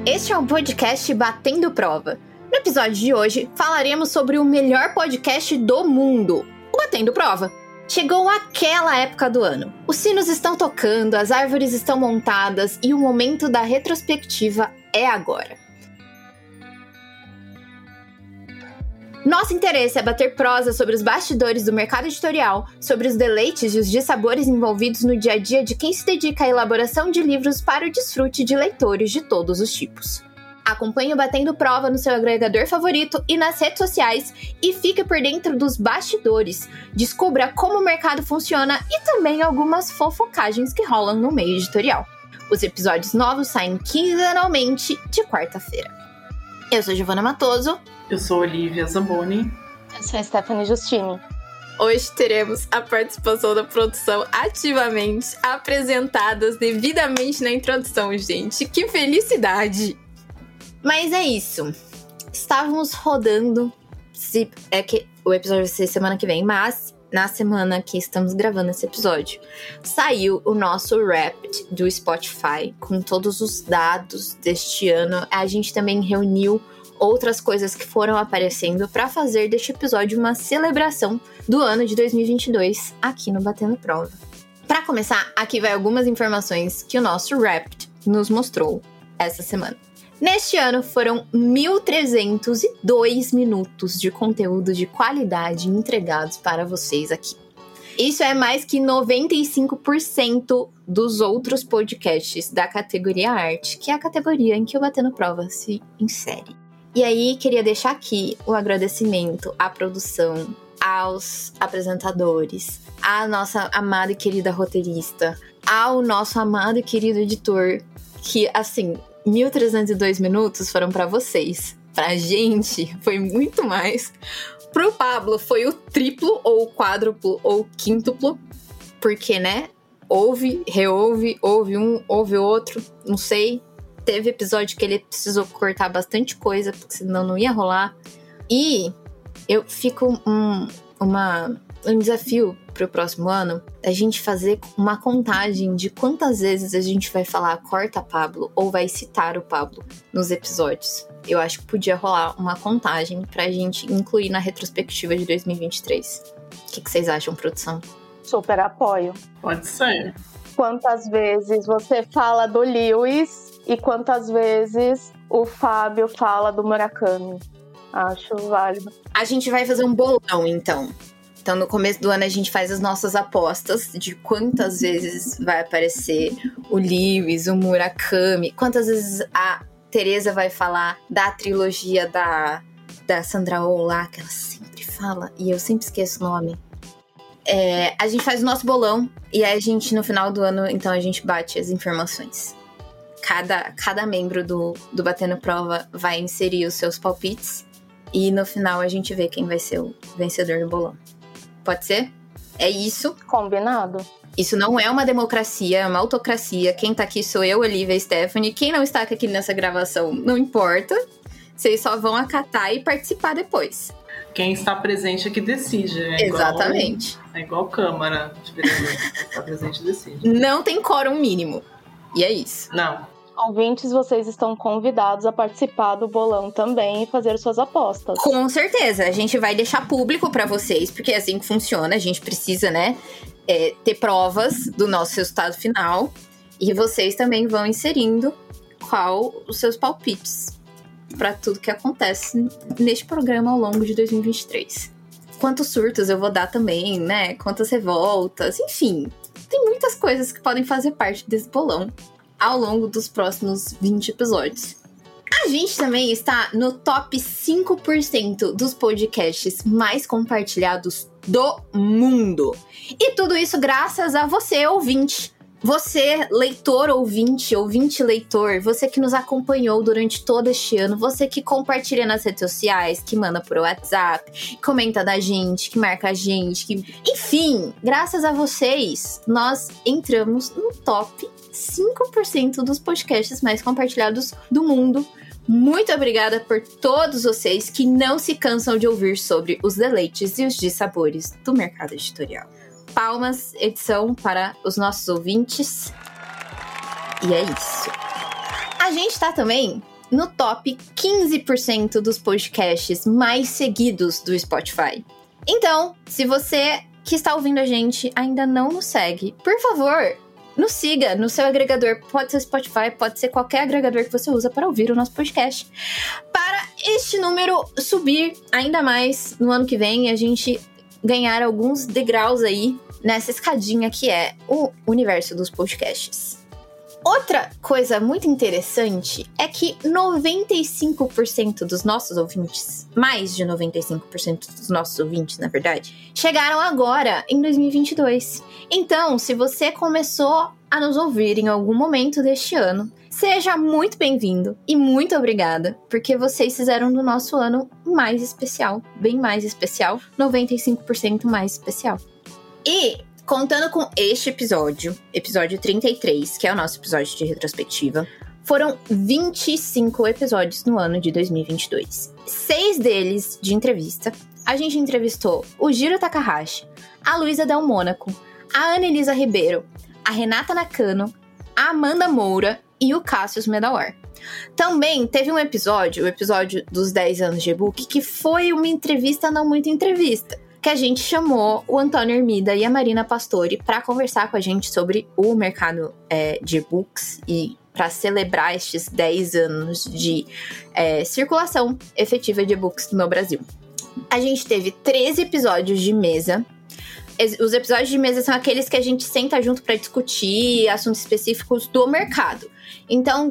Este é um podcast Batendo Prova. No episódio de hoje, falaremos sobre o melhor podcast do mundo, o Batendo Prova. Chegou aquela época do ano. Os sinos estão tocando, as árvores estão montadas e o momento da retrospectiva é agora. Nosso interesse é bater prosa sobre os bastidores do mercado editorial, sobre os deleites e os dissabores envolvidos no dia a dia de quem se dedica à elaboração de livros para o desfrute de leitores de todos os tipos. Acompanhe o Batendo Prova no seu agregador favorito e nas redes sociais e fique por dentro dos bastidores. Descubra como o mercado funciona e também algumas fofocagens que rolam no meio editorial. Os episódios novos saem quinzenalmente de quarta-feira. Eu sou Giovana Matoso. Eu sou Olivia Zamboni. Eu sou a Stephanie Justini. Hoje teremos a participação da produção ativamente apresentadas devidamente na introdução, gente. Que felicidade! Mas é isso. Estávamos rodando. É que o episódio vai ser semana que vem, mas na semana que estamos gravando esse episódio, saiu o nosso Wrapped do Spotify com todos os dados deste ano. A gente também reuniu outras coisas que foram aparecendo para fazer deste episódio uma celebração do ano de 2022 aqui no Batendo Prova. Para começar, aqui vai algumas informações que o nosso Wrapped nos mostrou essa semana. Neste ano foram 1.302 minutos de conteúdo de qualidade entregados para vocês aqui. Isso é mais que 95% dos outros podcasts da categoria arte, que é a categoria em que o Batendo Prova se insere. E aí, queria deixar aqui o agradecimento à produção, aos apresentadores, à nossa amada e querida roteirista, ao nosso amado e querido editor, que, assim, 1.302 minutos foram pra vocês. Pra gente, foi muito mais. Pro Pablo, foi o triplo, ou o quádruplo, ou o quíntuplo, porque, né, ouve, reouve, ouve um, ouve outro, não sei. Teve episódio que ele precisou cortar bastante coisa, porque senão não ia rolar. E eu fico um desafio pro próximo ano, a gente fazer uma contagem de quantas vezes a gente vai falar corta Pablo ou vai citar o Pablo nos episódios. Eu acho que podia rolar uma contagem pra gente incluir na retrospectiva de 2023. O que vocês acham, produção? Super apoio. Pode ser. Quantas vezes você fala do Lewis e quantas vezes o Fábio fala do Murakami? Acho válido. A gente vai fazer um bolão, então. Então, no começo do ano, a gente faz as nossas apostas de quantas vezes vai aparecer o Lewis, o Murakami, quantas vezes a Teresa vai falar da trilogia da Sandra Oh lá, que ela sempre fala, e eu sempre esqueço o nome. A gente faz o nosso bolão, e aí a gente, no final do ano, então, a gente bate as informações. Cada membro do Batendo Prova vai inserir os seus palpites, e no final a gente vê quem vai ser o vencedor do bolão. Pode ser? É isso. Combinado. Isso não é uma democracia, é uma autocracia. Quem tá aqui sou eu, Olivia e Stephanie. Quem não está aqui nessa gravação, não importa. Vocês só vão acatar e participar depois. Quem está presente é que decide. Exatamente. É igual Câmara de Vereadores. Quem está presente decide. Não tem quórum mínimo. E é isso. Não. Ouvintes, vocês estão convidados a participar do bolão também e fazer suas apostas. Com certeza, a gente vai deixar público pra vocês, porque é assim que funciona, a gente precisa, né, ter provas do nosso resultado final, e vocês também vão inserindo qual os seus palpites pra tudo que acontece neste programa ao longo de 2023. Quantos surtos eu vou dar também, né, quantas revoltas, enfim, tem muitas coisas que podem fazer parte desse bolão ao longo dos próximos 20 episódios. A gente também está no top 5% dos podcasts mais compartilhados do mundo. E tudo isso graças a você, ouvinte. Você, leitor, ouvinte leitor, você que nos acompanhou durante todo este ano, você que compartilha nas redes sociais, que manda por WhatsApp, comenta da gente, que marca a gente, enfim, graças a vocês, nós entramos no top 5% dos podcasts mais compartilhados do mundo. Muito obrigada por todos vocês que não se cansam de ouvir sobre os deleites e os dissabores do mercado editorial. Palmas, edição para os nossos ouvintes. E é isso. A gente tá também no top 15% dos podcasts mais seguidos do Spotify. Então, se você que está ouvindo a gente ainda não nos segue, por favor, nos siga no seu agregador. Pode ser Spotify, pode ser qualquer agregador que você usa para ouvir o nosso podcast. Para este número subir ainda mais no ano que vem, a gente ganhar alguns degraus aí nessa escadinha que é o universo dos podcasts. Outra coisa muito interessante é que 95% dos nossos ouvintes, mais de 95% dos nossos ouvintes, na verdade, chegaram agora em 2022. Então, se você começou a nos ouvir em algum momento deste ano, seja muito bem-vindo e muito obrigada, porque vocês fizeram do nosso ano mais especial, bem mais especial, 95% mais especial. E contando com este episódio 33, que é o nosso episódio de retrospectiva, foram 25 episódios no ano de 2022. 6 deles de entrevista. A gente entrevistou o Jiro Takahashi, a Luísa Del Mônaco, a Ana Elisa Ribeiro, a Renata Nakano, a Amanda Moura e o Cassius Medawar. Também teve um episódio, o episódio dos 10 anos de e-book, que foi uma entrevista, não muito entrevista, que a gente chamou o Antônio Hermida e a Marina Pastore para conversar com a gente sobre o mercado de e-books e para celebrar estes 10 anos de circulação efetiva de e-books no Brasil. A gente teve 13 episódios de mesa. Os episódios de mesa são aqueles que a gente senta junto para discutir assuntos específicos do mercado. Então,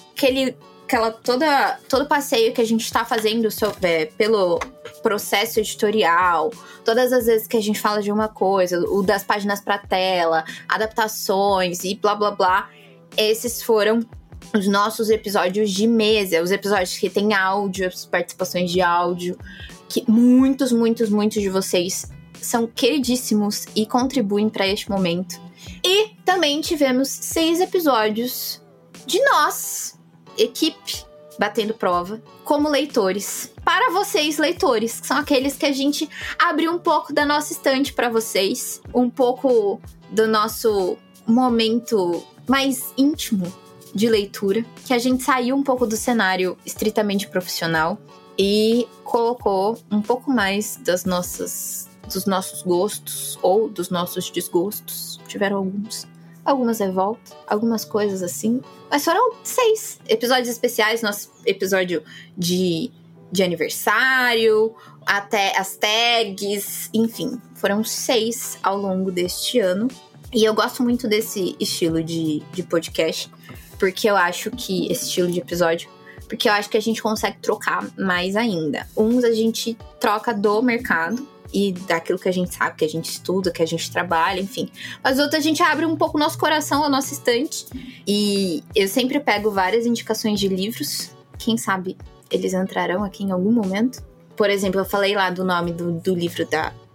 todo passeio que a gente está fazendo pelo processo editorial, todas as vezes que a gente fala de uma coisa, o das páginas para tela, adaptações e blá blá blá, esses foram os nossos episódios de mesa, os episódios que tem áudio, as participações de áudio, que muitos de vocês são queridíssimos e contribuem para este momento. E também tivemos 6 episódios de nós, equipe, batendo prova, como leitores. Para vocês, leitores, que são aqueles que a gente abre um pouco da nossa estante para vocês, um pouco do nosso momento mais íntimo de leitura, que a gente saiu um pouco do cenário estritamente profissional e colocou um pouco mais dos nossos gostos ou dos nossos desgostos. Tiveram algumas revoltas, algumas coisas assim. Mas foram 6 episódios especiais, nosso episódio de aniversário, até as tags, enfim. Foram 6 ao longo deste ano. E eu gosto muito desse estilo de podcast, porque eu acho que esse estilo de episódio, porque eu acho que a gente consegue trocar mais ainda. Uns a gente troca do mercado e daquilo que a gente sabe, que a gente estuda, que a gente trabalha, enfim. Mas outros a gente abre um pouco o nosso coração, a nossa estante. E eu sempre pego várias indicações de livros. Quem sabe eles entrarão aqui em algum momento. Por exemplo, eu falei lá do nome do livro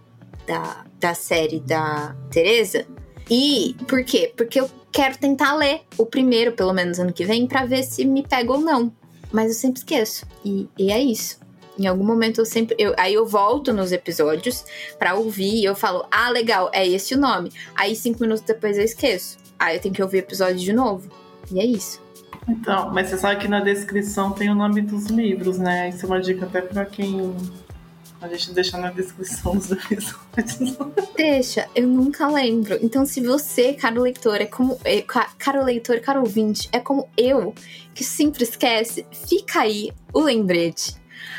da série da Teresa. E por quê? Porque eu quero tentar ler o primeiro, pelo menos ano que vem, pra ver se me pega ou não. Mas eu sempre esqueço. E é isso. Em algum momento aí eu volto nos episódios pra ouvir e eu falo, legal, é esse o nome. Aí 5 minutos depois eu esqueço. Aí eu tenho que ouvir o episódio de novo. E é isso. Então, mas você sabe que na descrição tem o nome dos livros, né? Isso é uma dica até pra quem a gente deixa na descrição dos episódios. Deixa, eu nunca lembro. Então, se você, caro leitor, caro leitor, caro ouvinte, é como eu, que sempre esquece, fica aí o lembrete.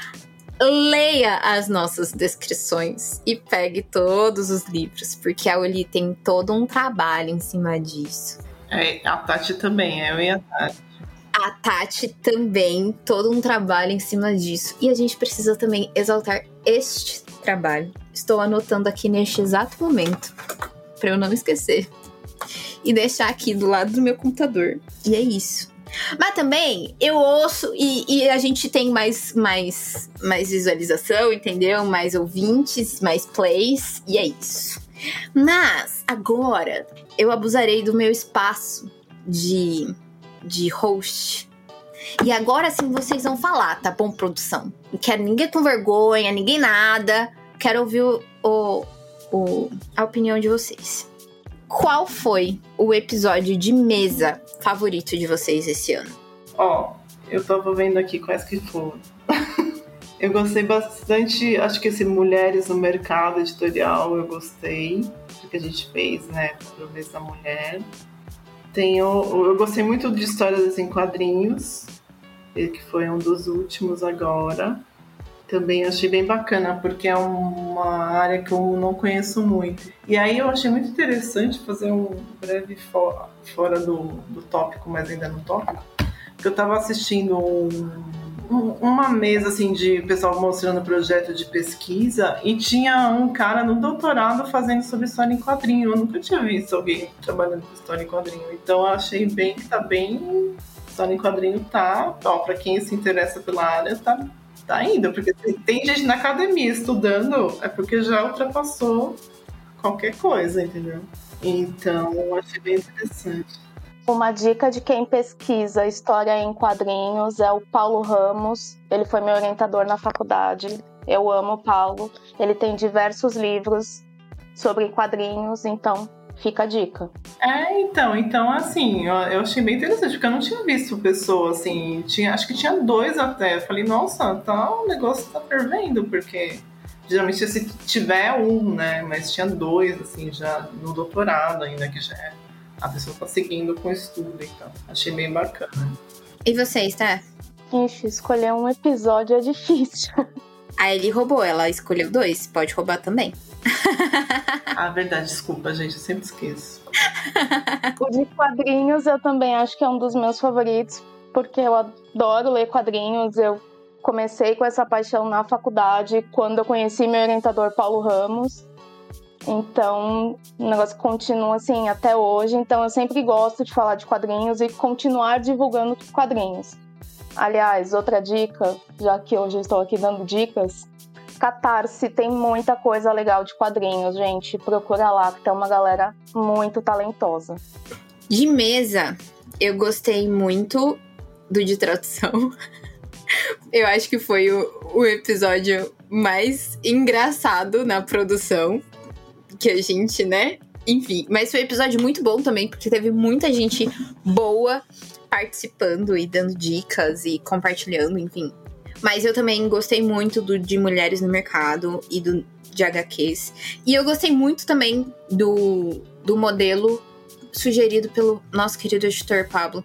Leia as nossas descrições e pegue todos os livros, porque a Oli tem todo um trabalho em cima disso. A Tati também, eu e a Tati. A Tati também, todo um trabalho em cima disso. E a gente precisa também exaltar este trabalho. Estou anotando aqui neste exato momento, para eu não esquecer. E deixar aqui do lado do meu computador. E é isso. Mas também eu ouço e a gente tem mais visualização, entendeu? Mais ouvintes, mais plays, e é isso. Mas agora eu abusarei do meu espaço de host. E agora sim vocês vão falar, tá bom, produção? Não quero ninguém com vergonha, ninguém nada. Quero ouvir a opinião de vocês. Qual foi o episódio de mesa favorito de vocês esse ano? Eu tava vendo aqui quais que foram. Eu gostei bastante, acho que esse Mulheres no Mercado Editorial eu gostei, do que a gente fez, né, pro mês da mulher. Eu gostei muito de Histórias em Quadrinhos, que foi um dos últimos agora. Também achei bem bacana, porque é uma área que eu não conheço muito. E aí eu achei muito interessante fazer um breve fora do tópico, mas ainda no tópico, porque eu estava assistindo uma mesa assim de pessoal mostrando projeto de pesquisa e tinha um cara no doutorado fazendo sobre história em quadrinho. Eu nunca tinha visto alguém trabalhando com história em quadrinho. Então eu achei bem que tá bem... História em quadrinho tá... Ó, pra quem se interessa pela área, tá indo. Porque tem gente na academia estudando, é porque já ultrapassou qualquer coisa, entendeu? Então eu achei bem interessante. Uma dica de quem pesquisa história em quadrinhos é o Paulo Ramos. Ele foi meu orientador na faculdade. Eu amo o Paulo. Ele tem diversos livros sobre quadrinhos, então fica a dica. Então assim, eu achei bem interessante, porque eu não tinha visto pessoa assim, acho que tinha 2 até. Eu falei, nossa, o negócio tá fervendo, porque geralmente se tiver 1, né, mas tinha 2, assim, já no doutorado ainda, que já é. A pessoa tá seguindo com o estudo, então. Achei bem bacana. E você, Esther? Ixi, escolher um episódio é difícil. A Ellie roubou, ela escolheu 2. Pode roubar também. Verdade, desculpa, gente, eu sempre esqueço. O de quadrinhos eu também acho que é um dos meus favoritos, porque eu adoro ler quadrinhos. Eu comecei com essa paixão na faculdade, quando eu conheci meu orientador Paulo Ramos. Então, o negócio continua assim até hoje. Então, eu sempre gosto de falar de quadrinhos e continuar divulgando quadrinhos. Aliás, outra dica, já que hoje eu estou aqui dando dicas, Catarse tem muita coisa legal de quadrinhos, gente. Procura lá, que tem uma galera muito talentosa. De mesa, eu gostei muito do de tradução. Eu acho que foi o episódio mais engraçado na produção. Que a gente, né? Enfim, mas foi um episódio muito bom também, porque teve muita gente boa participando e dando dicas e compartilhando, enfim. Mas eu também gostei muito do de Mulheres no Mercado e do de HQs. E eu gostei muito também do modelo sugerido pelo nosso querido editor Pablo.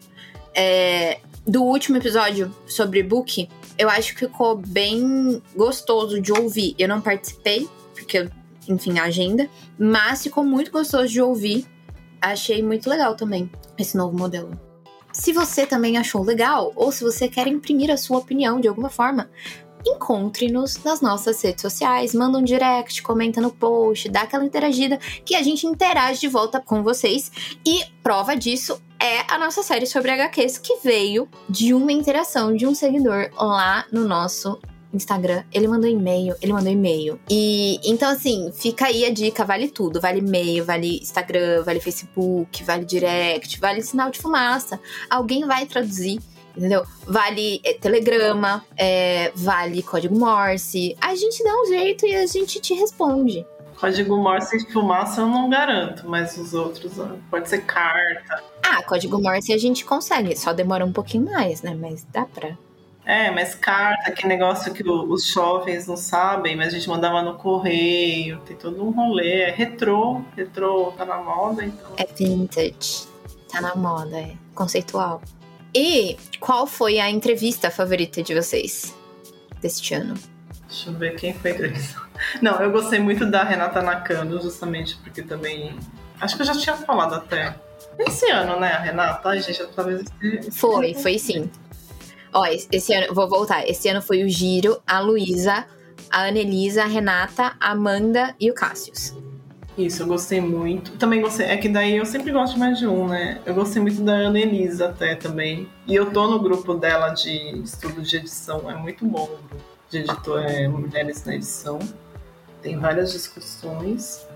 Do último episódio sobre book, eu acho que ficou bem gostoso de ouvir. Eu não participei, porque enfim, a agenda, mas ficou muito gostoso de ouvir. Achei muito legal também esse novo modelo. Se você também achou legal, ou se você quer imprimir a sua opinião de alguma forma, encontre-nos nas nossas redes sociais, manda um direct, comenta no post, dá aquela interagida que a gente interage de volta com vocês. E prova disso é a nossa série sobre HQs, que veio de uma interação de um seguidor lá no nosso Instagram. Ele mandou e-mail. E então, assim, fica aí a dica, vale tudo. Vale e-mail, vale Instagram, vale Facebook, vale direct, vale sinal de fumaça. Alguém vai traduzir, entendeu? Vale telegrama, vale código Morse. A gente dá um jeito e a gente te responde. Código Morse e fumaça eu não garanto, mas os outros, pode ser carta. Código Morse a gente consegue, só demora um pouquinho mais, né? Mas dá pra... Mas carta, que negócio que os jovens não sabem, mas a gente mandava no correio, tem todo um rolê. É retrô tá na moda, então. É vintage, tá na moda, é conceitual. E qual foi a entrevista favorita de vocês deste ano? Deixa eu ver quem foi a entrevista. Não, eu gostei muito da Renata Nakano, justamente porque também... Acho que eu já tinha falado até. Esse ano, né, a Renata? Ai, gente, talvez... Foi sim. Ó, esse ano, vou voltar. Esse ano foi o Giro, a Luísa, a Annelisa, a Renata, a Amanda e o Cássius. Isso, eu gostei muito. Também gostei, é que daí eu sempre gosto mais de um, né? Eu gostei muito da Annelisa até também. E eu tô no grupo dela de estudo de edição, é muito bom o grupo de editor, Mulheres na Edição. Tem várias discussões.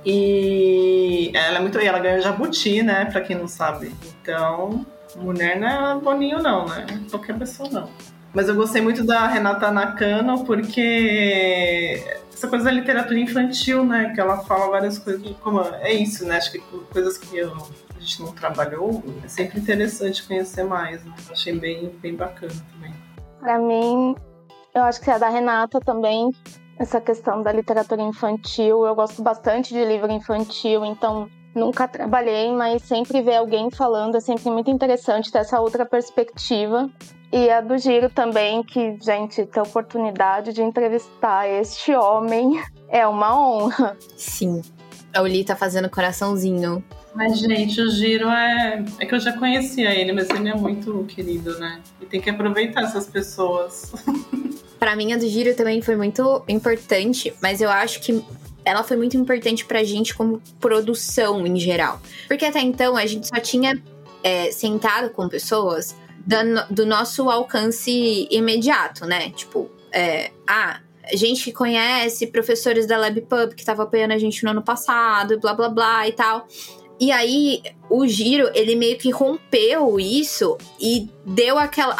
E ela ganhou Jabuti, né? Pra quem não sabe. Então... Mulher não é boninho não, né? Qualquer pessoa não. Mas eu gostei muito da Renata Nakano porque essa coisa da literatura infantil, né? Que ela fala várias coisas, como é isso, né? Acho que coisas que a gente não trabalhou, é sempre interessante conhecer mais, né? Eu achei bem, bem bacana também. Pra mim, eu acho que é a da Renata também, essa questão da literatura infantil. Eu gosto bastante de livro infantil, então nunca trabalhei, mas sempre ver alguém falando é sempre muito interessante ter essa outra perspectiva. E a do Giro também, que, gente, ter a oportunidade de entrevistar este homem é uma honra. Sim. A Uli tá fazendo coraçãozinho. Mas, gente, o Giro é que eu já conhecia ele, mas ele é muito querido, né? E tem que aproveitar essas pessoas. Pra mim, a do Giro também foi muito importante, mas eu acho que ela foi muito importante pra gente como produção em geral. Porque até então, a gente só tinha sentado com pessoas do nosso alcance imediato, né? Tipo, a gente que conhece professores da LabPub que estavam apoiando a gente no ano passado, e blá, blá, blá e tal. E aí, o Giro, ele meio que rompeu isso e deu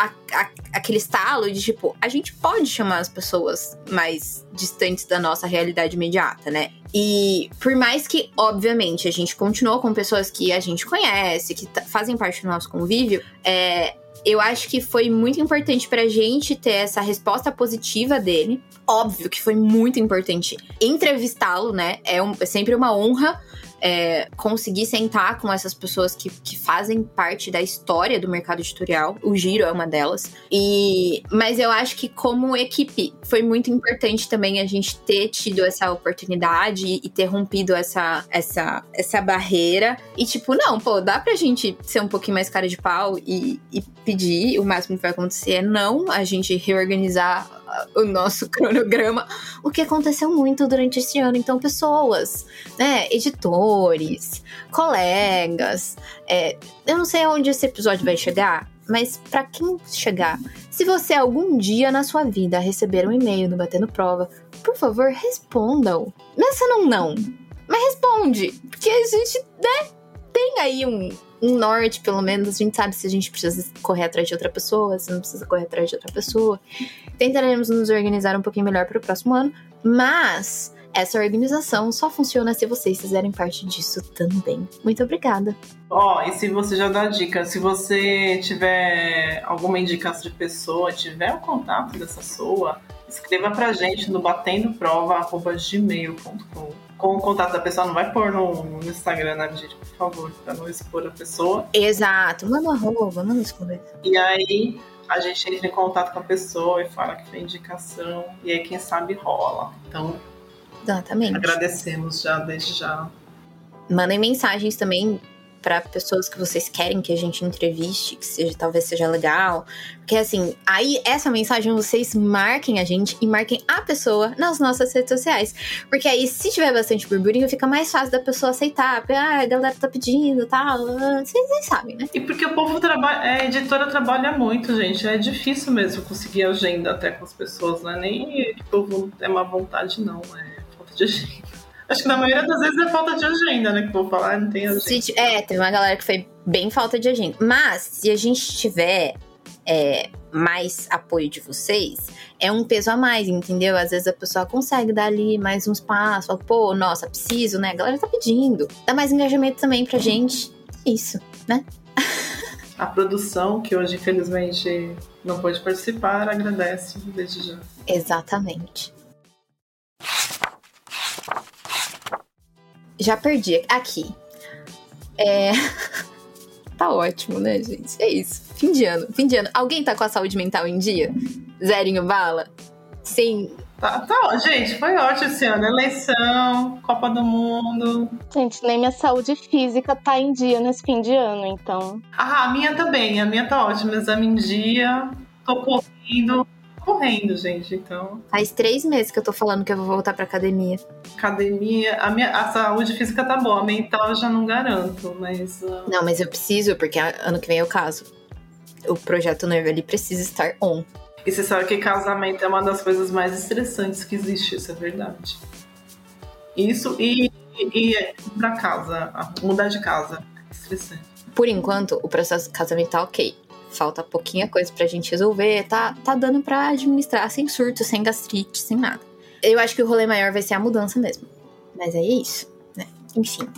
aquele estalo de, tipo, a gente pode chamar as pessoas mais distantes da nossa realidade imediata, né? E por mais que, obviamente, a gente continuou com pessoas que a gente conhece, que fazem parte do nosso convívio, eu acho que foi muito importante pra gente ter essa resposta positiva dele. Óbvio que foi muito importante entrevistá-lo, né? É sempre uma honra conseguir sentar com essas pessoas que fazem parte da história do mercado editorial. O Giro é uma delas. Mas eu acho que como equipe foi muito importante também a gente ter tido essa oportunidade e ter rompido essa barreira. E tipo, não, pô, dá pra gente ser um pouquinho mais cara de pau e pedir. O máximo que vai acontecer é não a gente reorganizar o nosso cronograma, o que aconteceu muito durante esse ano. Então, pessoas, né, editores, colegas, eu não sei onde esse episódio vai chegar, mas pra quem chegar, se você algum dia na sua vida receber um e-mail do Batendo Prova, por favor, respondam. Mesmo não, mas responde, porque a gente, né, tem aí um norte, pelo menos, a gente sabe se a gente precisa correr atrás de outra pessoa, se não precisa correr atrás de outra pessoa. Tentaremos nos organizar um pouquinho melhor para o próximo ano, mas essa organização só funciona se vocês fizerem parte disso também. Muito obrigada. E se você já dá dica, se você tiver alguma indicação de pessoa, tiver o contato dessa pessoa, escreva pra gente no batendoprova@gmail.com. Com o contato da pessoa, não vai pôr no Instagram, né, gente? Por favor, pra não expor a pessoa. Exato, manda arroba, manda esconder. E aí, a gente entra em contato com a pessoa e fala que foi indicação. E aí, quem sabe, rola. Então, exatamente. Agradecemos já, desde já. Mandem mensagens também para pessoas que vocês querem que a gente entreviste, que talvez seja legal. Porque assim, aí essa mensagem vocês marquem a gente e marquem a pessoa nas nossas redes sociais. Porque aí, se tiver bastante burburinho, fica mais fácil da pessoa aceitar. Porque, a galera tá pedindo e tal. Vocês sabem, né? E porque o povo trabalha, a editora trabalha muito, gente. É difícil mesmo conseguir agenda até com as pessoas, não é nem que o povo é má vontade, não. É falta de agenda. Acho que na maioria das vezes é falta de agenda, né? Que eu vou falar, não tem agenda. Teve uma galera que foi bem falta de agenda. Mas, se a gente tiver mais apoio de vocês, é um peso a mais, entendeu? Às vezes a pessoa consegue dar ali mais uns passos. Fala, pô, nossa, preciso, né? A galera tá pedindo. Dá mais engajamento também pra gente. Isso, né? A produção, que hoje, infelizmente, não pôde participar, agradece desde já. Exatamente. Já perdi. Aqui. Tá ótimo, né, gente? É isso. Fim de ano. Alguém tá com a saúde mental em dia? Zerinho bala? Sim. Tá, gente, foi ótimo esse ano. Eleição, Copa do Mundo. Gente, nem minha saúde física tá em dia nesse fim de ano, então. A minha também. A minha tá ótima. Exame em dia. Tô correndo, gente, então... Faz 3 meses que eu tô falando que eu vou voltar pra academia. A saúde física tá boa, a mental eu já não garanto, mas... Não, mas eu preciso, porque ano que vem eu caso. O projeto noivo ali precisa estar on. E você sabe que casamento é uma das coisas mais estressantes que existe, isso é verdade. Isso e pra casa, mudar de casa, é estressante. Por enquanto, o processo do casamento tá ok. Falta pouquinha coisa pra gente resolver, tá dando pra administrar sem surto, sem gastrite, sem nada. Eu acho que o rolê maior vai ser a mudança mesmo. Mas aí é isso, né? Enfim.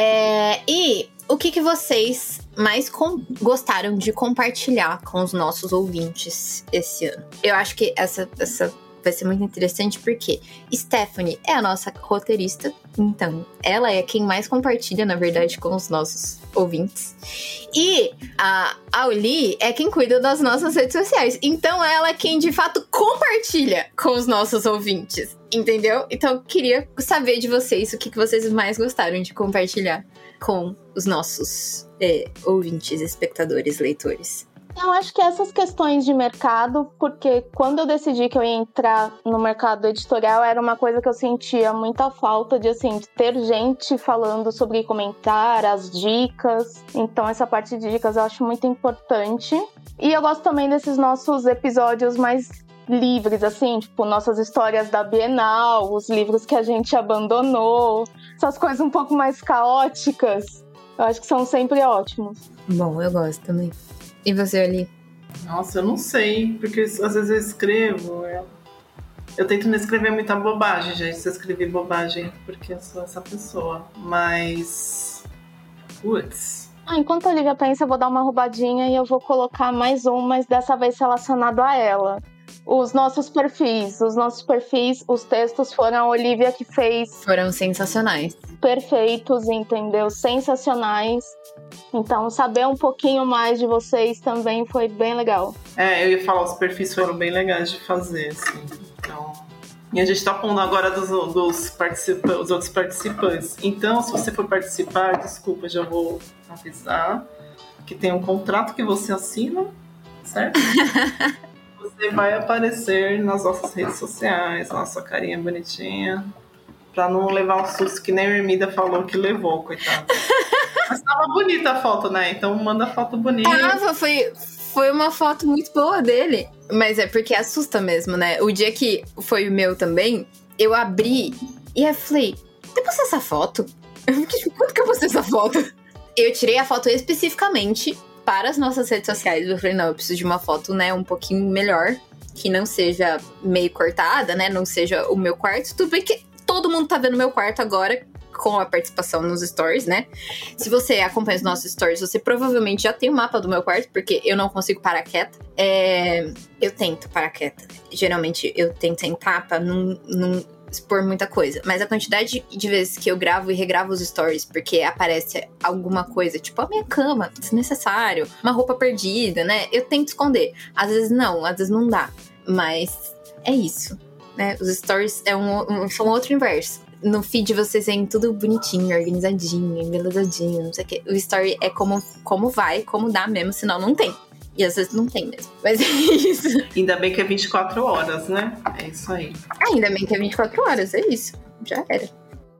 E o que vocês mais gostaram de compartilhar com os nossos ouvintes esse ano? Eu acho que essa vai ser muito interessante porque Stephanie é a nossa roteirista, então ela é quem mais compartilha, na verdade, com os nossos ouvintes. E a Auli é quem cuida das nossas redes sociais, então ela é quem de fato compartilha com os nossos ouvintes, entendeu? Então eu queria saber de vocês o que vocês mais gostaram de compartilhar com os nossos ouvintes, espectadores, leitores. Eu acho que essas questões de mercado, porque quando eu decidi que eu ia entrar no mercado editorial, era uma coisa que eu sentia muita falta de, assim, de ter gente falando sobre comentar, as dicas. Então essa parte de dicas eu acho muito importante. E eu gosto também desses nossos episódios mais livres, assim, tipo, nossas histórias da Bienal, os livros que a gente abandonou, essas coisas um pouco mais caóticas. Eu acho que são sempre ótimos. Bom, eu gosto também. E você, Ali? Nossa, eu não sei, porque às vezes eu escrevo, eu tento não escrever muita bobagem, gente. Se eu escrever bobagem, porque eu sou essa pessoa. Mas... Putz. Enquanto a Olivia pensa, eu vou dar uma roubadinha e eu vou colocar mais um, mas dessa vez relacionado a ela. Os nossos perfis, os textos foram a Olivia que fez. Foram sensacionais. Perfeitos, entendeu? Sensacionais. Então, saber um pouquinho mais de vocês também foi bem legal. Eu ia falar, os perfis foram bem legais de fazer, assim. Então... E a gente tá pondo agora dos outros participantes. Então, se você for participar, desculpa, já vou avisar que tem um contrato que você assina, certo? Você vai aparecer nas nossas redes sociais, nossa carinha bonitinha, pra não levar um susto que nem a Hermida falou que levou, coitada. Mas tava bonita a foto, né? Então manda foto bonita. Foi uma foto muito boa dele. Mas é porque assusta mesmo, né? O dia que foi o meu também, eu abri e eu falei, eu postei essa foto? Eu fiquei, quando que eu postei essa foto? Eu tirei a foto especificamente para as nossas redes sociais. Eu falei, não, eu preciso de uma foto, né, um pouquinho melhor, que não seja meio cortada, né, não seja o meu quarto. Tudo bem que todo mundo tá vendo meu quarto agora, com a participação nos stories, né? Se você acompanha os nossos stories, você provavelmente já tem o mapa do meu quarto, porque eu não consigo parar quieta. Eu tento parar quieta. Geralmente eu tento sentar pra não expor muita coisa. Mas a quantidade de vezes que eu gravo e regravo os stories porque aparece alguma coisa, tipo a minha cama, desnecessário, uma roupa perdida, né? Eu tento esconder. Às vezes não dá. Mas é isso, né? Os stories são outro universo. No feed vocês veem tudo bonitinho, organizadinho, embelezadinho, não sei o quê. O story é como vai, como dá mesmo, senão não tem. E às vezes não tem mesmo. Mas é isso. Ainda bem que é 24 horas, né? É isso aí. Ainda bem que é 24 horas, é isso. Já era.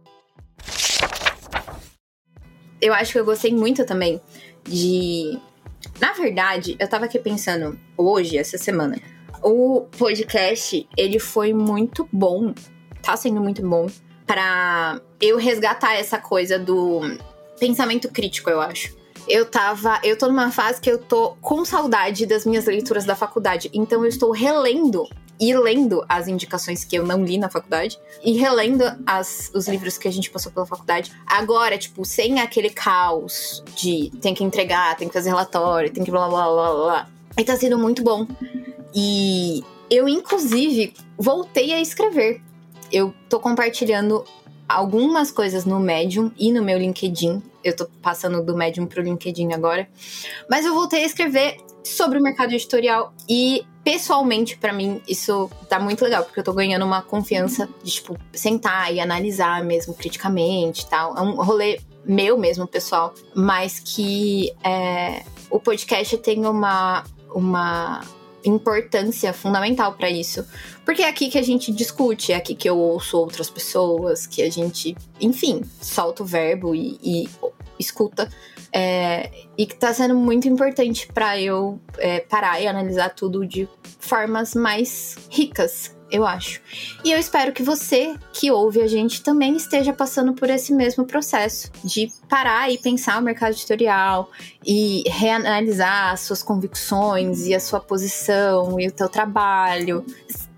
Eu acho que eu gostei muito também de... Na verdade, eu tava aqui pensando hoje, essa semana, o podcast, ele foi muito bom. Tá sendo muito bom pra eu resgatar essa coisa do pensamento crítico, eu acho. Eu tô numa fase que eu tô com saudade das minhas leituras da faculdade. Então eu estou relendo e lendo as indicações que eu não li na faculdade. E relendo os livros que a gente passou pela faculdade. Agora, tipo, sem aquele caos de tem que entregar, tem que fazer relatório, tem que blá blá blá blá. E tá sendo muito bom. E eu, inclusive, voltei a escrever. Eu tô compartilhando algumas coisas no Medium e no meu LinkedIn. Eu tô passando do Medium pro LinkedIn agora. Mas eu voltei a escrever sobre o mercado editorial e, pessoalmente, pra mim, isso tá muito legal, porque eu tô ganhando uma confiança de, tipo, sentar e analisar mesmo criticamente e tal. É um rolê meu mesmo, pessoal, mas que o podcast tem uma importância fundamental pra isso, porque é aqui que a gente discute, é aqui que eu ouço outras pessoas, que a gente, enfim, solta o verbo e escuta, e que tá sendo muito importante pra eu parar e analisar tudo de formas mais ricas, eu acho. E eu espero que você, que ouve a gente, também esteja passando por esse mesmo processo de parar e pensar o mercado editorial e reanalisar as suas convicções e a sua posição e o teu trabalho.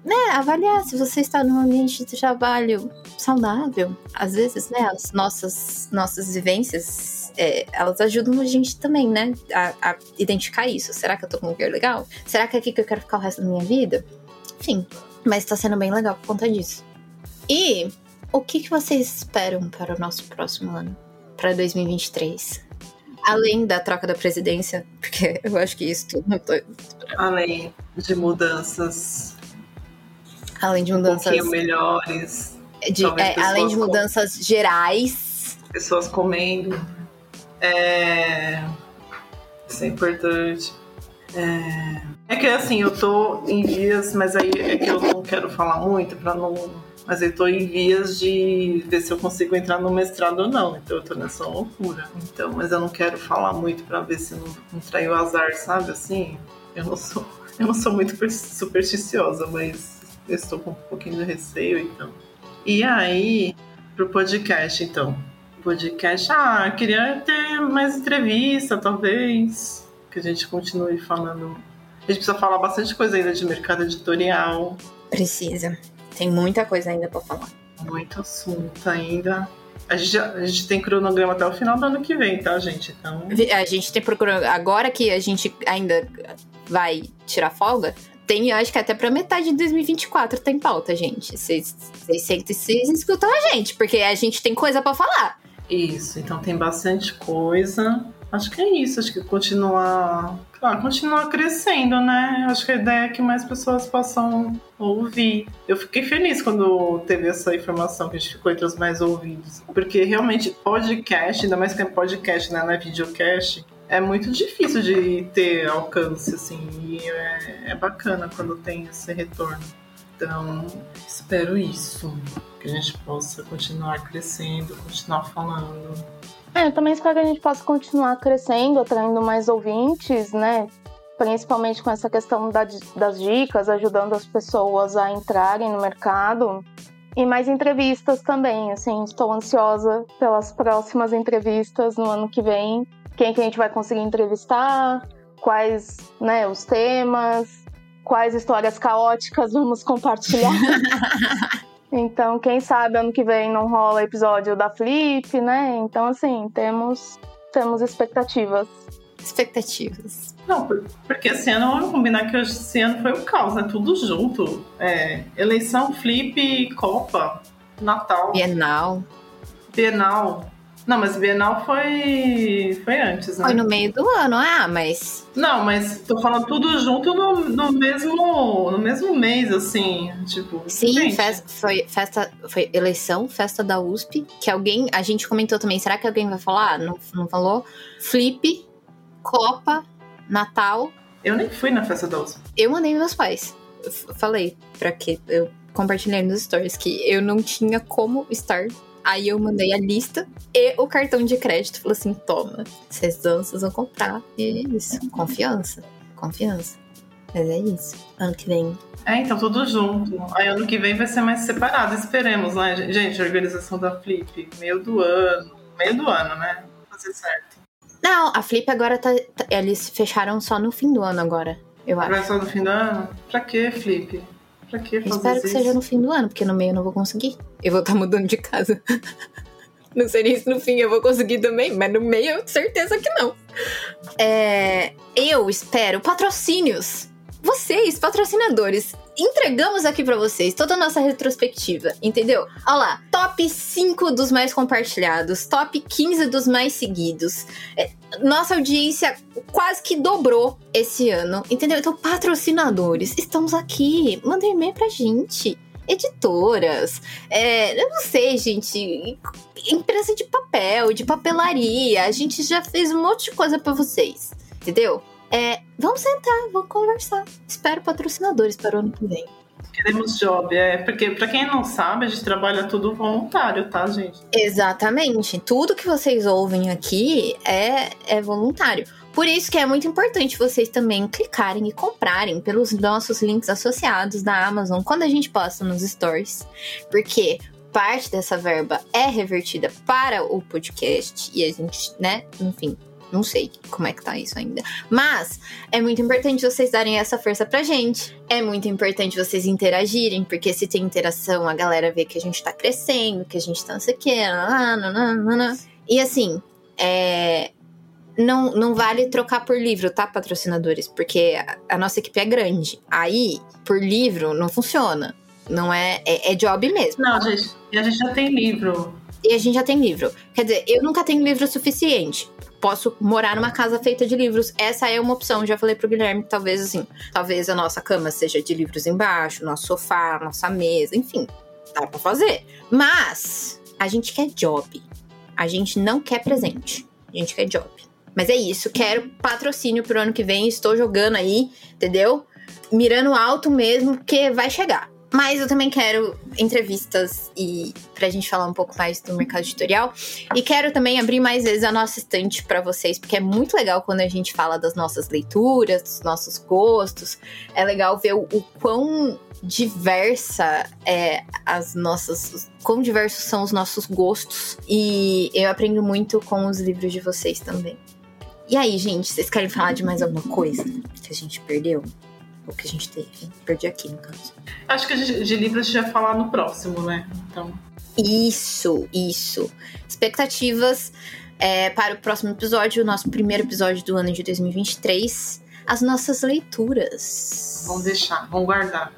avaliar se você está num ambiente de trabalho saudável. Às vezes, né, as nossas vivências, elas ajudam a gente também, né, a identificar isso. Será que eu tô com um lugar legal? Será que é aqui que eu quero ficar o resto da minha vida? Enfim, mas tá sendo bem legal por conta disso. E o que vocês esperam para o nosso próximo ano? Para 2023? Além da troca da presidência, porque eu acho que isso tudo não tô esperando. Além de mudanças... Além de mudanças... Um pouquinho melhores. Além de mudanças gerais. Pessoas comendo. Isso é importante. É que assim, eu tô em vias, mas aí é que eu não quero falar muito pra não... Mas eu tô em vias de ver se eu consigo entrar no mestrado ou não. Então eu tô nessa loucura. Então, mas eu não quero falar muito pra ver se não trair o azar, sabe? Assim, eu não sou muito supersticiosa, mas eu estou com um pouquinho de receio, então. E aí, pro podcast, então. Podcast, queria ter mais entrevista, talvez. Que a gente continue falando. A gente precisa falar bastante coisa ainda de mercado editorial. Precisa. Tem muita coisa ainda pra falar. Muito assunto ainda. A gente tem cronograma até o final do ano que vem, tá, gente? Então... A gente tem procurando. Agora que a gente ainda vai tirar folga, tem, acho que até pra metade de 2024 tem pauta, gente. Vocês escutam a gente, porque a gente tem coisa pra falar. Isso, então tem bastante coisa. Acho que é isso, acho que continuar crescendo, né? Acho que a ideia é que mais pessoas possam ouvir. Eu fiquei feliz quando teve essa informação que a gente ficou entre os mais ouvidos. Porque realmente podcast, ainda mais que é podcast, né? Não é videocast, é muito difícil de ter alcance, assim. E é bacana quando tem esse retorno. Então, espero isso. Que a gente possa continuar crescendo, continuar falando. Eu também espero que a gente possa continuar crescendo, atraindo mais ouvintes, né? Principalmente com essa questão das dicas, ajudando as pessoas a entrarem no mercado. E mais entrevistas também, assim, estou ansiosa pelas próximas entrevistas no ano que vem. Quem que a gente vai conseguir entrevistar, quais, né, os temas, quais histórias caóticas vamos compartilhar. Então, quem sabe ano que vem não rola episódio da Flip, né? Então, assim, temos expectativas. Expectativas. Não, porque esse ano, vamos combinar que esse ano foi o caos, né? Tudo junto. Eleição, Flip, Copa, Natal. Bienal. Não, mas Bienal foi antes, né? Foi no meio do ano, mas... Não, mas tô falando tudo junto no mesmo mês, assim, tipo... Sim, foi eleição, festa da USP, que a gente comentou também, será que alguém vai falar? Não falou? Flip, Copa, Natal... Eu nem fui na festa da USP. Eu mandei meus pais. Eu falei pra quê? Eu compartilhei nos stories que eu não tinha como estar... Aí eu mandei a lista e o cartão de crédito. Falei assim, toma, vocês vão comprar. E é isso, confiança. Mas é isso, ano que vem. Então tudo junto. Aí ano que vem vai ser mais separado, esperemos, né? Gente, a organização da Flip, meio do ano, né? Fazer certo. Não, a Flip agora eles fecharam só no fim do ano agora, eu acho. Vai só no fim do ano? Pra que, Flip? Pra que fazer isso? Espero que seja no fim do ano, porque no meio eu não vou conseguir. Eu vou estar mudando de casa. Não sei nem se no fim eu vou conseguir também, mas no meio eu certeza que não. Eu espero patrocínios. Vocês, patrocinadores, entregamos aqui pra vocês toda a nossa retrospectiva, entendeu? Olha lá, top 5 dos mais compartilhados, top 15 dos mais seguidos. Nossa audiência quase que dobrou esse ano, entendeu? Então, patrocinadores, estamos aqui. Mandem e-mail pra gente. Editoras, eu não sei, gente, empresa de papel, de papelaria, a gente já fez um monte de coisa pra vocês, entendeu? Vamos sentar, vamos conversar. Espero patrocinadores para o ano que vem. Queremos job, porque pra quem não sabe, a gente trabalha tudo voluntário, tá, gente? Exatamente, tudo que vocês ouvem aqui é voluntário. Por isso que é muito importante vocês também clicarem e comprarem pelos nossos links associados da Amazon quando a gente posta nos stories. Porque parte dessa verba é revertida para o podcast e a gente, né, enfim, Não sei como é que tá isso ainda. Mas é muito importante vocês darem essa força pra gente. É muito importante vocês interagirem, porque se tem interação, a galera vê que a gente tá crescendo, que a gente tá não sei o quê. E assim, não vale trocar por livro, tá, patrocinadores? Porque a nossa equipe é grande. Aí, por livro, não funciona. Não é job mesmo. Não, gente, e a gente já tem livro. E a gente já tem livro. Quer dizer, eu nunca tenho livro suficiente. Posso morar numa casa feita de livros. Essa é uma opção. Já falei pro Guilherme que talvez a nossa cama seja de livros embaixo, nosso sofá, nossa mesa, enfim. Dá pra fazer. Mas a gente quer job. A gente não quer presente. A gente quer job. Mas é isso. Quero patrocínio pro ano que vem. Estou jogando aí, entendeu? Mirando alto mesmo, porque vai chegar. Mas eu também quero entrevistas e pra gente falar um pouco mais do mercado editorial. E quero também abrir mais vezes a nossa estante pra vocês, porque é muito legal quando a gente fala das nossas leituras, dos nossos gostos. É legal ver o quão diversa quão diversos são os nossos gostos. E eu aprendo muito com os livros de vocês também. E aí, gente, vocês querem falar de mais alguma coisa que a gente perdeu? Ou que a gente teve? Perdi aqui, no caso. Acho que de livros a gente vai falar no próximo, né? Então... Isso. Expectativas para o próximo episódio, o nosso primeiro episódio do ano de 2023. As nossas leituras. Vamos guardar.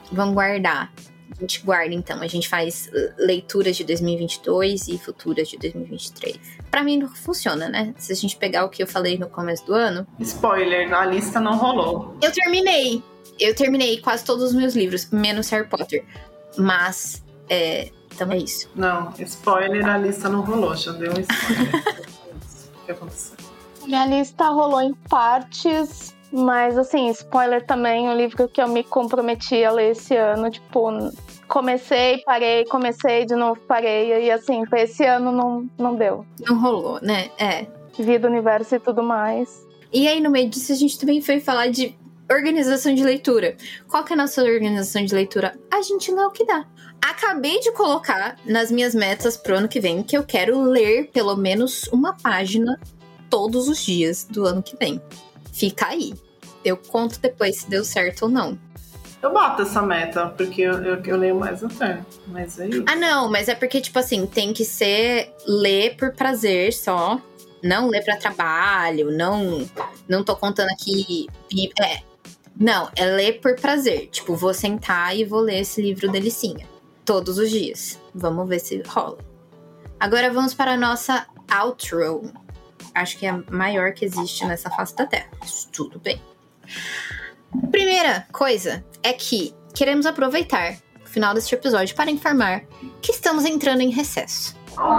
A gente guarda, então. A gente faz leituras de 2022 e futuras de 2023. Pra mim não funciona, né? Se a gente pegar o que eu falei no começo do ano... Spoiler, a lista não rolou. Eu terminei quase todos os meus livros, menos Harry Potter. Mas, então é isso. Não, spoiler, a lista não rolou. Já deu um spoiler. O que aconteceu? Minha lista rolou em partes, mas assim, spoiler também, um livro que eu me comprometi a ler esse ano, tipo, comecei, parei, comecei, de novo parei, e assim, pra esse ano não deu. Não rolou, né? Vida, universo e tudo mais. E aí, no meio disso, a gente também foi falar de organização de leitura. Qual que é a nossa organização de leitura? A gente não é o que dá. Acabei de colocar nas minhas metas pro ano que vem que eu quero ler pelo menos uma página todos os dias do ano que vem. Fica aí. Eu conto depois se deu certo ou não. Eu bato essa meta, porque eu leio mais até. Mas é isso. Ah, não, mas é porque, tipo assim, tem que ser ler por prazer só. Não ler pra trabalho, não tô contando aqui... Não, é ler por prazer. Tipo, vou sentar e vou ler esse livro delicinha. Todos os dias. Vamos ver se rola. Agora vamos para a nossa outro. Acho que é a maior que existe nessa face da Terra. Mas tudo bem. Primeira coisa é que queremos aproveitar o final deste episódio para informar que estamos entrando em recesso.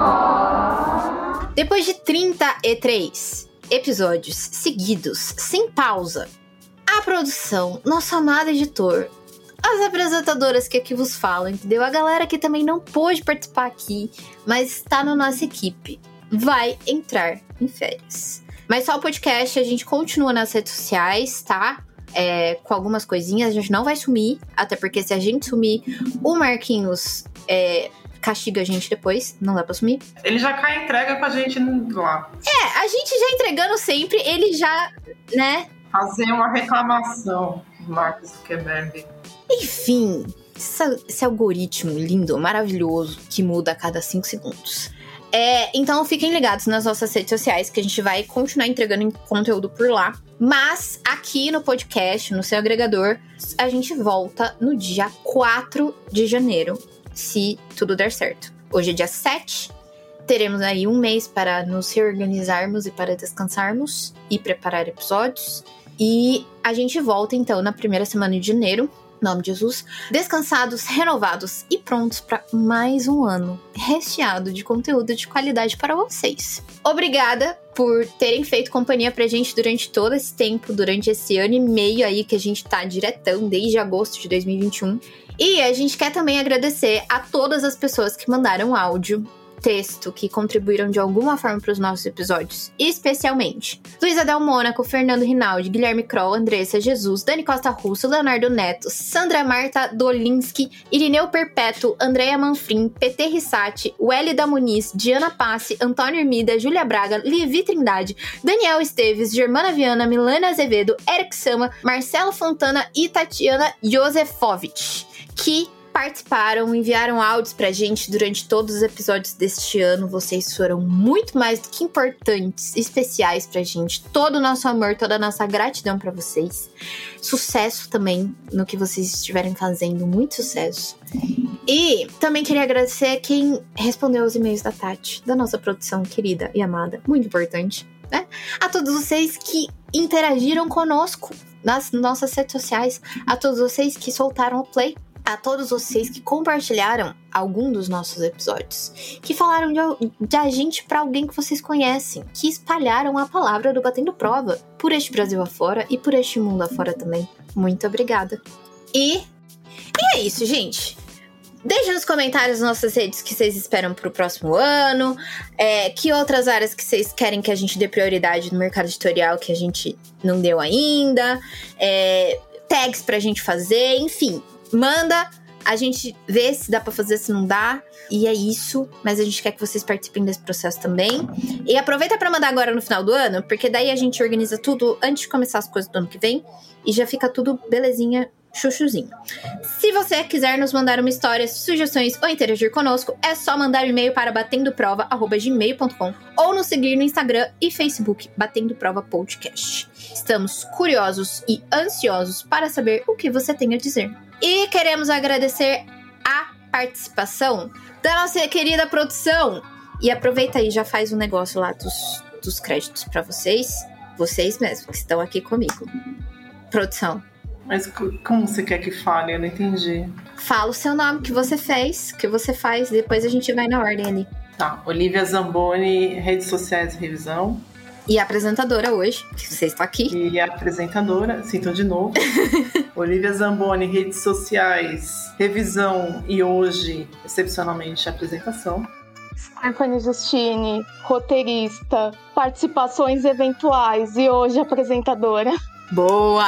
Depois de 33 episódios seguidos, sem pausa, a produção, nosso amado editor, as apresentadoras que aqui vos falam, entendeu? A galera que também não pôde participar aqui, mas está na nossa equipe, vai entrar em férias. Mas só o podcast, a gente continua nas redes sociais, tá? Com algumas coisinhas, a gente não vai sumir, até porque se a gente sumir, o Marquinhos castiga a gente depois, não dá pra sumir. Ele já cai e entrega com a gente lá. A gente já entregando sempre, ele já, né? Fazer uma reclamação, Mark Zuckerberg. Enfim, esse algoritmo lindo, maravilhoso, que muda a cada 5 segundos. Então fiquem ligados nas nossas redes sociais, que a gente vai continuar entregando conteúdo por lá. Mas aqui no podcast, no seu agregador, a gente volta no dia 4 de janeiro, se tudo der certo. Hoje é dia 7, teremos aí um mês para nos reorganizarmos e para descansarmos e preparar episódios. E a gente volta então na primeira semana de janeiro, em nome de Jesus, descansados, renovados e prontos para mais um ano recheado de conteúdo de qualidade para vocês. Obrigada por terem feito companhia pra gente durante todo esse tempo, durante esse ano e meio aí que a gente tá diretão, desde agosto de 2021. E a gente quer também agradecer a todas as pessoas que mandaram áudio texto que contribuíram de alguma forma para os nossos episódios, especialmente Luísa Del Mônaco, Fernando Rinaldi, Guilherme Kroll, Andressa Jesus, Dani Costa Russo, Leonardo Neto, Sandra Marta Dolinski, Irineu Perpétuo, Andréia Manfrim, PT Rissati, Wélida Muniz, Diana Passe, Antônio Hermida, Júlia Braga, Livi Trindade, Daniel Esteves, Germana Viana, Milana Azevedo, Eric Sama, Marcelo Fontana e Tatiana Josefovich, que participaram, enviaram áudios pra gente durante todos os episódios deste ano. Vocês foram muito mais do que importantes, especiais pra gente. Todo o nosso amor, toda a nossa gratidão pra vocês. Sucesso também no que vocês estiverem fazendo, muito sucesso. E também queria agradecer quem respondeu os e-mails da Tati, da nossa produção querida e amada, muito importante, né? A todos vocês que interagiram conosco nas nossas redes sociais, a todos vocês que soltaram o play, a todos vocês que compartilharam algum dos nossos episódios, que falaram de a gente pra alguém que vocês conhecem, que espalharam a palavra do Batendo Prova por este Brasil afora e por este mundo afora também. Muito obrigada. E é isso, gente. Deixe nos comentários nas nossas redes que vocês esperam pro próximo ano, que outras áreas que vocês querem que a gente dê prioridade no mercado editorial que a gente não deu ainda, tags pra gente fazer, enfim. Manda, a gente vê se dá pra fazer, se não dá. E é isso, mas a gente quer que vocês participem desse processo também. E aproveita pra mandar agora no final do ano, porque daí a gente organiza tudo antes de começar as coisas do ano que vem. E já fica tudo belezinha, chuchuzinho. Se você quiser nos mandar uma história, sugestões ou interagir conosco, é só mandar um e-mail para batendoprova@gmail.com ou nos seguir no Instagram e Facebook Batendo Prova Podcast. Estamos curiosos e ansiosos para saber o que você tem a dizer. E queremos agradecer a participação da nossa querida produção. E aproveita aí, já faz um negócio lá dos créditos para vocês mesmos que estão aqui comigo. Produção. Mas como você quer que fale? Eu não entendi. Fala o seu nome, que você fez, que você faz, depois a gente vai na ordem ali. Tá, Olivia Zamboni, redes sociais Revisão. E a apresentadora hoje, que você está aqui. E a apresentadora, sim, tô de novo. Olivia Zamboni, redes sociais, Revisão e hoje, excepcionalmente, a apresentação. Stephanie Justine, roteirista, participações eventuais e hoje apresentadora. Boa!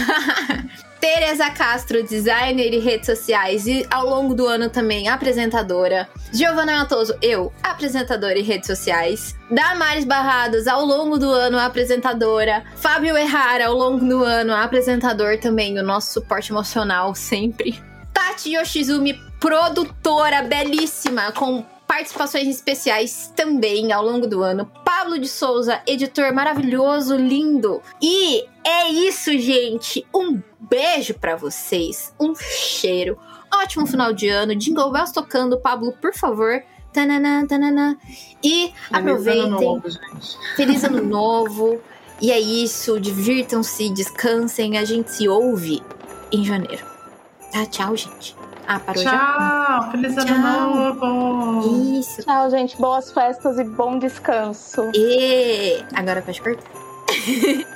Tereza Castro, designer e redes sociais e ao longo do ano também apresentadora. Giovana Matoso, eu, apresentadora e redes sociais. Damares Barradas, ao longo do ano apresentadora. Fábio Errara, ao longo do ano apresentador também, o nosso suporte emocional sempre. Tati Yoshizumi, produtora belíssima, com participações especiais também ao longo do ano. Pablo de Souza, editor maravilhoso, lindo. E é isso, gente. Um beijo pra vocês. Um cheiro. Ótimo final de ano. Jingle Bells tocando. Pablo, por favor. Tanana, tanana. E aproveitem. Feliz ano novo, gente. Feliz ano novo. E é isso. Divirtam-se, descansem. A gente se ouve em janeiro. Tá? Tchau, gente. Parou. Tchau, já? Feliz ano novo! Isso. Tchau, gente. Boas festas e bom descanso. E agora pode cortar.